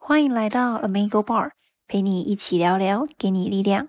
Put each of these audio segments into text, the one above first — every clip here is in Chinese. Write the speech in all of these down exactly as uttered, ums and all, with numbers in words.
欢迎来到 Amigo Bar， 陪你一起聊聊，给你力量。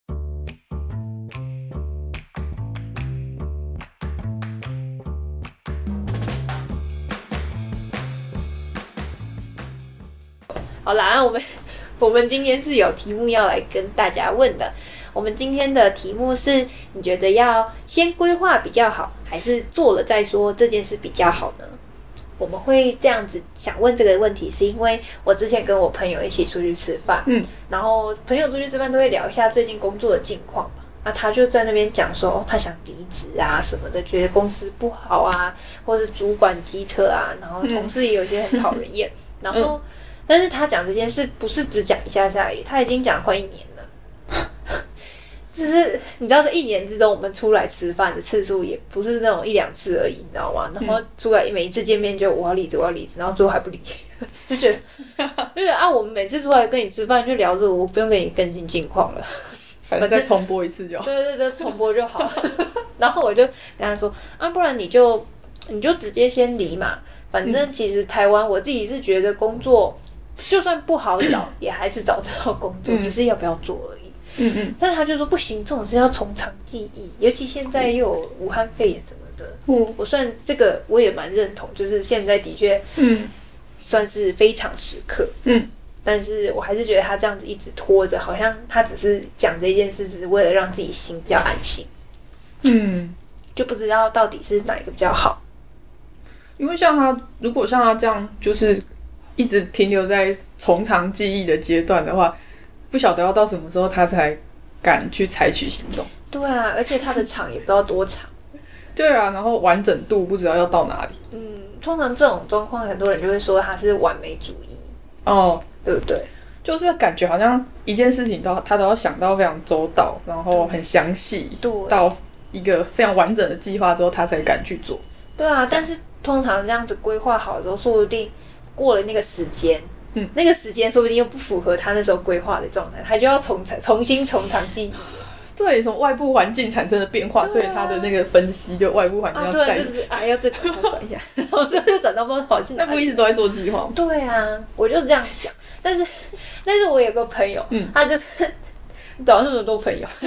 好啦，我们我们今天是有题目要来跟大家问的。我们今天的题目是：你觉得要先规划比较好，还是做了再说这件事比较好呢？我们会这样子想问这个问题，是因为我之前跟我朋友一起出去吃饭，嗯，然后朋友出去吃饭都会聊一下最近工作的近况嘛。那他就在那边讲说，哦，他想离职啊什么的，觉得公司不好啊，或是主管机车啊，然后同事也有些很讨人厌，嗯、然后。但是他讲这件事不是只讲一下下而已，他已经讲快一年了。就是你知道，这一年之中，我们出来吃饭的次数也不是那种一两次而已，你知道吗？然后出来每一次见面就我要离职，我要离职，然后最后还不离，就觉得就觉得啊，我们每次出来跟你吃饭就聊着，我不用跟你更新近况了， 反正再重播一次就好。 对对对，重播就好。然后我就跟他说啊，不然你就你就直接先离嘛，反正其实台湾我自己是觉得工作。就算不好找，也还是找得到工作，嗯、只是要不要做而已。嗯嗯。但是他就说不行，这种事要从长计议，尤其现在又有武汉肺炎什么的。嗯。我算这个我也蛮认同，就是现在的确，嗯，算是非常时刻。嗯。但是我还是觉得他这样子一直拖着，好像他只是讲这件事，只是为了让自己心比较安心。嗯。就不知道到底是哪一个比较好。 因为像他，如果像他这样，就是。一直停留在从长计议的阶段的话，不晓得要到什么时候他才敢去采取行动。 对啊，而且他的场也不知道多长。 对啊，然后完整度不知道要到哪里。 嗯，通常这种状况，很多人就会说他是完美主义。哦，对不对？ 就是感觉好像一件事情都他都要想到非常周到，然后很详细，对，到一个非常完整的计划之后，他才敢去做。 对啊，但是通常这样子规划好的时候，说不定。过了那个时间，嗯，那个时间说不定又不符合他那时候规划的状态，他就要重重新从长计议。 对，从外部环境产生的变化，啊、所以他的那个分析就外部环境要再、 啊、就是啊，要再转转一下，然后这就转到不知道跑去哪里。 那不一直都在做计划吗？ 对啊，我就是这样想。但是，但是我有个朋友，嗯，他就是找那么多朋友。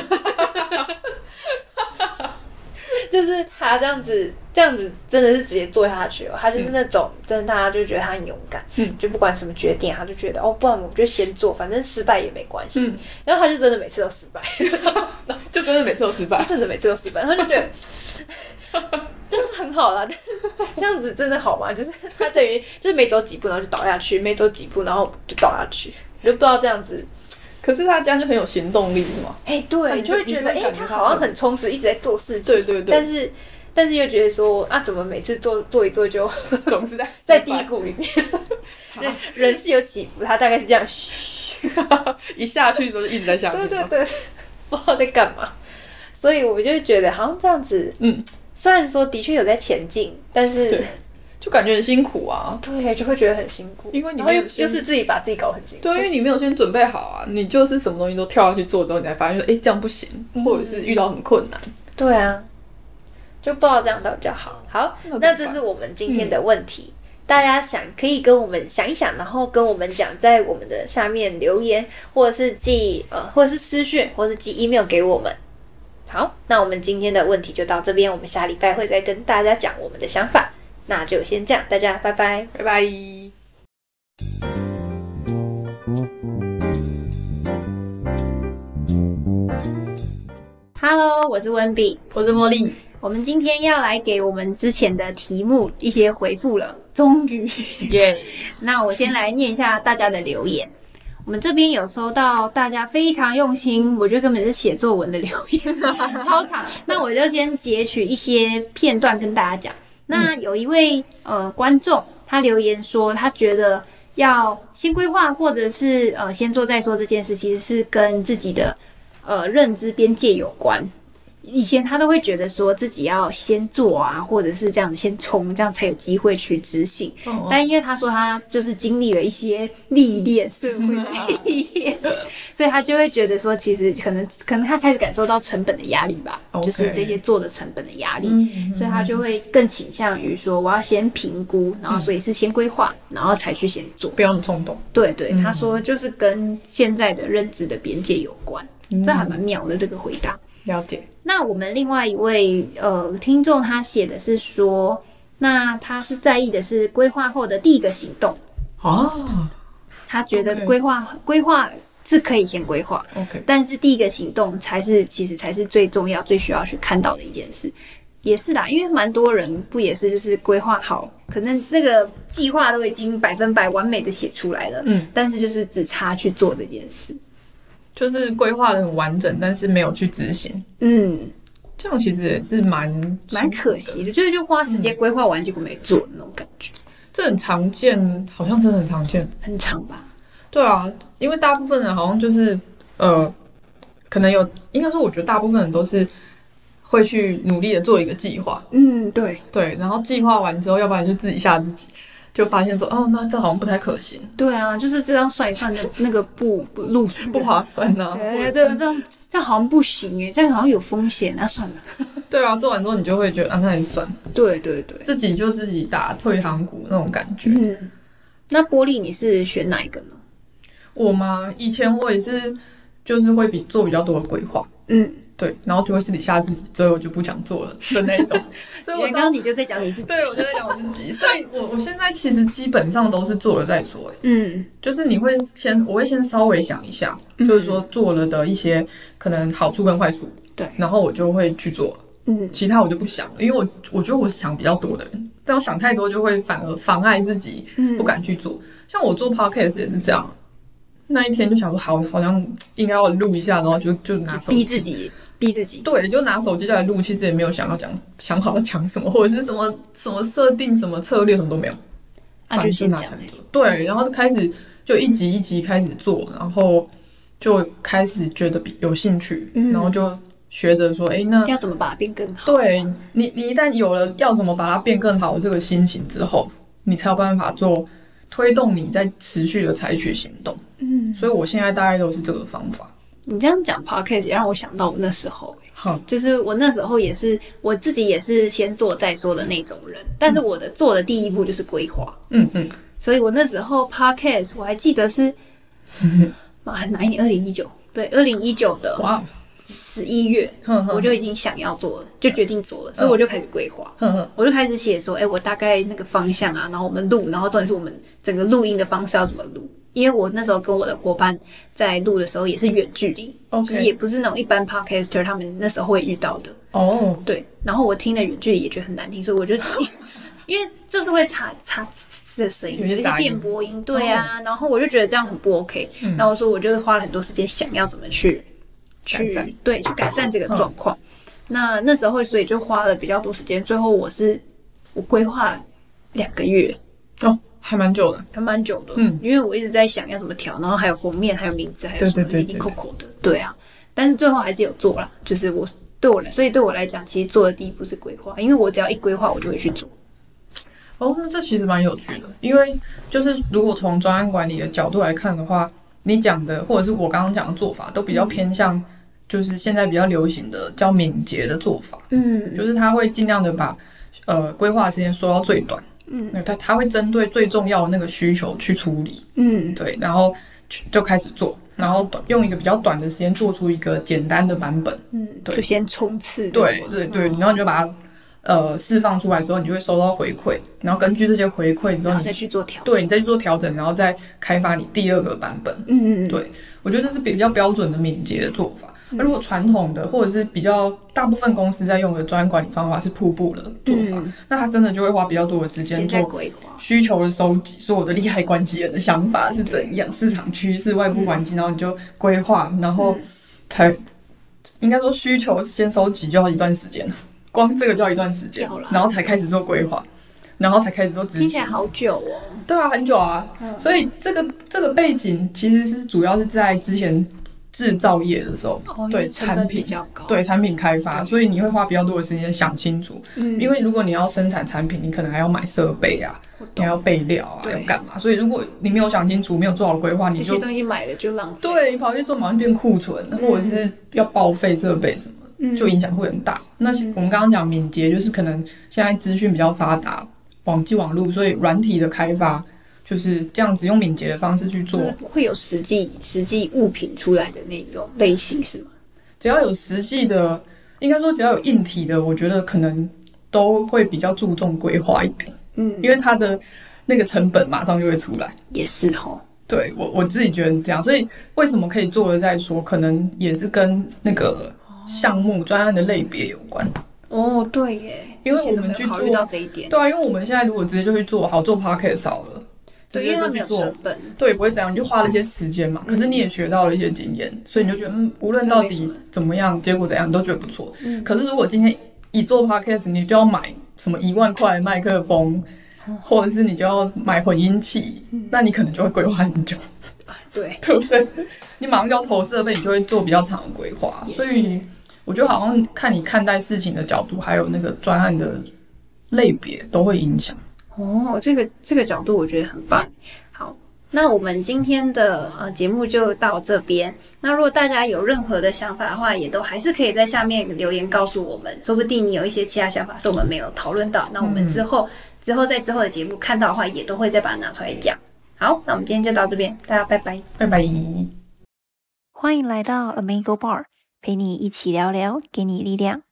就是他这样子，这样子真的是直接做下去哦。他就是那种，嗯、真的大家就觉得他很勇敢，嗯，就不管什么决定，他就觉得哦，不然我就先做，反正失败也没关系。嗯，然后他就真的每次都失败， 就真的每次都失败， 就真的每次都失败。他就觉得，真是很好啦。但是这样子真的好吗？就是他等于就是每走几步，然后就倒下去；每走几步，然后就倒下去，就不知道这样子。 可是他这样就很有行动力嘛？ 哎、欸，对，你就会觉得，哎、欸，他好像很充实，一直在做事情。 对对对。 但是，但是又觉得说，啊，怎么每次做做一做就总是在在低谷里面？人人是有起伏，他大概是这样， 一下去都是一直在下面。 对对对，不知道在干嘛。所以我就觉得，好像这样子，嗯，虽然说的确有在前进，但是。 就感觉很辛苦啊， 对，就会觉得很辛苦， 因为你没有又又是自己把自己搞很辛苦， 对，因为你没有先准备好啊，你就是什么东西都跳下去做之后，你才发现说，哎、欸，这样不行，嗯、或者是遇到很困难， 对啊，就不知道这样到底比较好。好，那这是我们今天的问题，嗯、大家想可以跟我们想一想，然后跟我们讲，在我们的下面留言，或者是寄呃，或者是私讯，或者是寄 email 给我们。好，那我们今天的问题就到这边，我们下礼拜会再跟大家讲我们的想法。那就先这样，大家拜拜， 拜拜。 Hello， 我是温比， 我是茉莉。 我们今天要来给我们之前的题目一些回复了，终于耶！ Yeah. 那我先来念一下大家的留言。我们这边有收到大家非常用心，我觉得根本是写作文的留言，超长。那我就先截取一些片段跟大家讲。那有一位呃观众，他留言说，他觉得要先规划或者是呃先做再说这件事，其实是跟自己的呃认知边界有关。 以前他都会觉得说自己要先做啊，或者是这样子先冲，这样才有机会去执行。哦、但因为他说他就是经历了一些历练，社会的历练，所以他就会觉得说，其实可能可能他开始感受到成本的压力吧， okay. 就是这些做的成本的压力，嗯、所以他就会更倾向于说，我要先评估，然后所以是先规划，然后才去先做， 不要那么冲动。 对对，嗯、他说就是跟现在的认知的边界有关，嗯、这还蛮妙的这个回答。 了解。 那我们另外一位呃听众他写的是说，那他是在意的是规划后的第一个行动哦， 他觉得规划规划是可以先规划 ，OK， 但是第一个行动才是其实才是最重要、最需要去看到的一件事。也是啦，因为蛮多人不也是就是规划好，可能那个计划都已经百分百完美的写出来了，嗯，但是就是只差去做这件事。 就是规划的很完整，但是没有去执行。 嗯， 这样其实也是蛮蛮可惜的，就是就花时间规划完，结果没做的那种感觉。 这很常见，好像真的很常见， 很常吧？ 对啊，因为大部分人好像就是呃，可能有，应该说，我觉得大部分人都是会去努力的做一个计划。 嗯，对对，然后计划完之后，要不然就自己吓自己。就发现说，哦，那这好像不太可行。 对啊，就是这样算一算的那个不不路不划算啊。 对对，这样这样好像不行哎，这样好像有风险，那算了。 对啊，做完之后你就会觉得啊，那也算。 对对对， 自己就自己打退堂鼓那种感觉。 嗯，那玻璃你是选哪一个呢？ 我吗？以前我也是，就是会比做比较多的规划。嗯。对，然后就会自己吓自己，所以我就不想做了的那一种。所以我刚刚你就在讲你自己， 对，我就在讲我自己。所以我我现在其实基本上都是做了再说。嗯，就是你会先，我会先稍微想一下，嗯、就是说做了的一些可能好处跟坏处， 对， 然后我就会去做了。嗯，其他我就不想了，因为我我觉得我是想比较多的人，但我想太多就会反而妨碍自己，不敢去做。嗯、像我做 podcast 也是这样，那一天就想说好，好像应该要录一下，然后就就拿手机逼自己。逼自己对，就拿手机来录，其实也没有想要讲，想好要讲什么，或者是什么什么设定、什么策略，什么都没有。 啊，就先讲。 对，然后就开始就一集一集开始做，然后就开始觉得有兴趣，嗯、然后就学着说，哎，那要怎么把它变更好？ 对你，你一旦有了要怎么把它变更好的这个心情之后，你才有办法做推动你在持续的采取行动。嗯，所以我现在大概都是这个方法。 你这样讲 podcast 也让我想到我那时候、欸，就是我那时候也是我自己也是先做再说的那种人，但是我的做的第一步就是规划，嗯嗯，所以我那时候 podcast 我还记得是，妈哪一年？二零一九，对，二零一九的哇十一月，我就已经想要做了，就决定做了，所以我就开始规划，我就开始写说，哎、欸，我大概那个方向啊，然后我们录，然后重点是我们整个录音的方式要怎么录。因为我那时候跟我的伙伴在录的时候也是远距离， okay. 就是也不是那种一般 podcaster 他们那时候会遇到的哦。Oh. 对，然后我听了远距离也觉得很难听，所以我就因为就是会擦擦的声音，有一些电波音，对啊， oh. 然后我就觉得这样很不 OK，、嗯、然后说我就花了很多时间想要怎么去去对去改善这个状况。嗯、那那时候所以就花了比较多时间，最后我是我规划两个月哦。Oh.还蛮久的， 还蛮久的，嗯，因为我一直在想要怎么调，然后还有封面，还有名字，还有什么零零扣扣的，对啊，但是最后还是有做啦，就是我对我来，所以对我来讲，其实做的第一步是规划，因为我只要一规划，我就会去做。 哦，那这其实蛮有趣的，因为就是如果从专案管理的角度来看的话，你讲的或者是我刚刚讲的做法，都比较偏向就是现在比较流行的叫敏捷的做法，嗯，就是他会尽量的把呃规划的时间缩到最短。嗯，他他会针对最重要的那个需求去处理，嗯，对，然后就开始做，然后用一个比较短的时间做出一个简单的版本，嗯，对， 就先冲刺， 对对对，然后你就把它呃释放出来之后，你就会收到回馈，然后根据这些回馈之后， 你再去做调整， 对，你再去做调整，然后再开发你第二个版本，嗯嗯，对，我觉得这是比较标准的敏捷的做法。那如果传统的或者是比较大部分公司在用的专案管理方法是瀑布的做法，嗯、那他真的就会花比较多的时间做需求的收集，说我的利害关系人的想法是怎样，市场趋势、外部环境，然后你就规划，然后才、嗯、应该说需求先收集就要一段时间，光这个就要一段时间，然后才开始做规划，然后才开始做执行。 听起来好久哦。 对啊，很久啊。嗯、所以这个这个背景其实是主要是在之前。 制造业的时候， 哦、 对产品比较高， 对产品开发，所以你会花比较多的时间想清楚。嗯，因为如果你要生产产品，你可能还要买设备啊，你还要备料啊，要干嘛？所以如果你没有想清楚，没有做好规划，你就这些东西买了就浪费。 对，你跑去做马上变库存，嗯、或者是要报废设备什么，嗯、就影响会很大。那我们刚刚讲敏捷，就是可能现在资讯比较发达，网际网路，所以软体的开发。就是这样子用敏捷的方式去做， 就是不会有实际实际物品出来的那种类型是吗？ 只要有实际的，应该说只要有硬体的，我觉得可能都会比较注重规划一点。嗯，因为它的那个成本马上就会出来。 也是齁。 对，我我自己觉得是这样，所以为什么可以做了再说，可能也是跟那个项目专案的类别有关。 哦，对耶， 因为我们去做考虑到这一点。 对啊，因为我们现在如果直接就去做好做 podcast 好了。 对，因为它没有成本， 对，不会这样，你就花了一些时间嘛。嗯、可是你也学到了一些经验，所以你就觉得，嗯，无论到底怎么样，结果怎样，你都觉得不错。嗯、可是如果今天一做 podcast， 你就要买什么一万块的麦克风，嗯、或者是你就要买混音器，嗯、那你可能就会规划很久。 对， 对不对？你马上就要投设备，你就会做比较长的规划。所以我觉得好像看你看待事情的角度，还有那个专案的类别都会影响。 哦，这个这个角度我觉得很棒。好，那我们今天的呃节目就到这边。那如果大家有任何的想法的话，也都还是可以在下面留言告诉我们，说不定你有一些其他想法是我们没有讨论到，那我们之后、嗯、之后在之后的节目看到的话，也都会再把它拿出来讲。好，那我们今天就到这边，大家拜拜， 拜拜。 欢迎来到 Amigo Bar， 陪你一起聊聊，给你力量。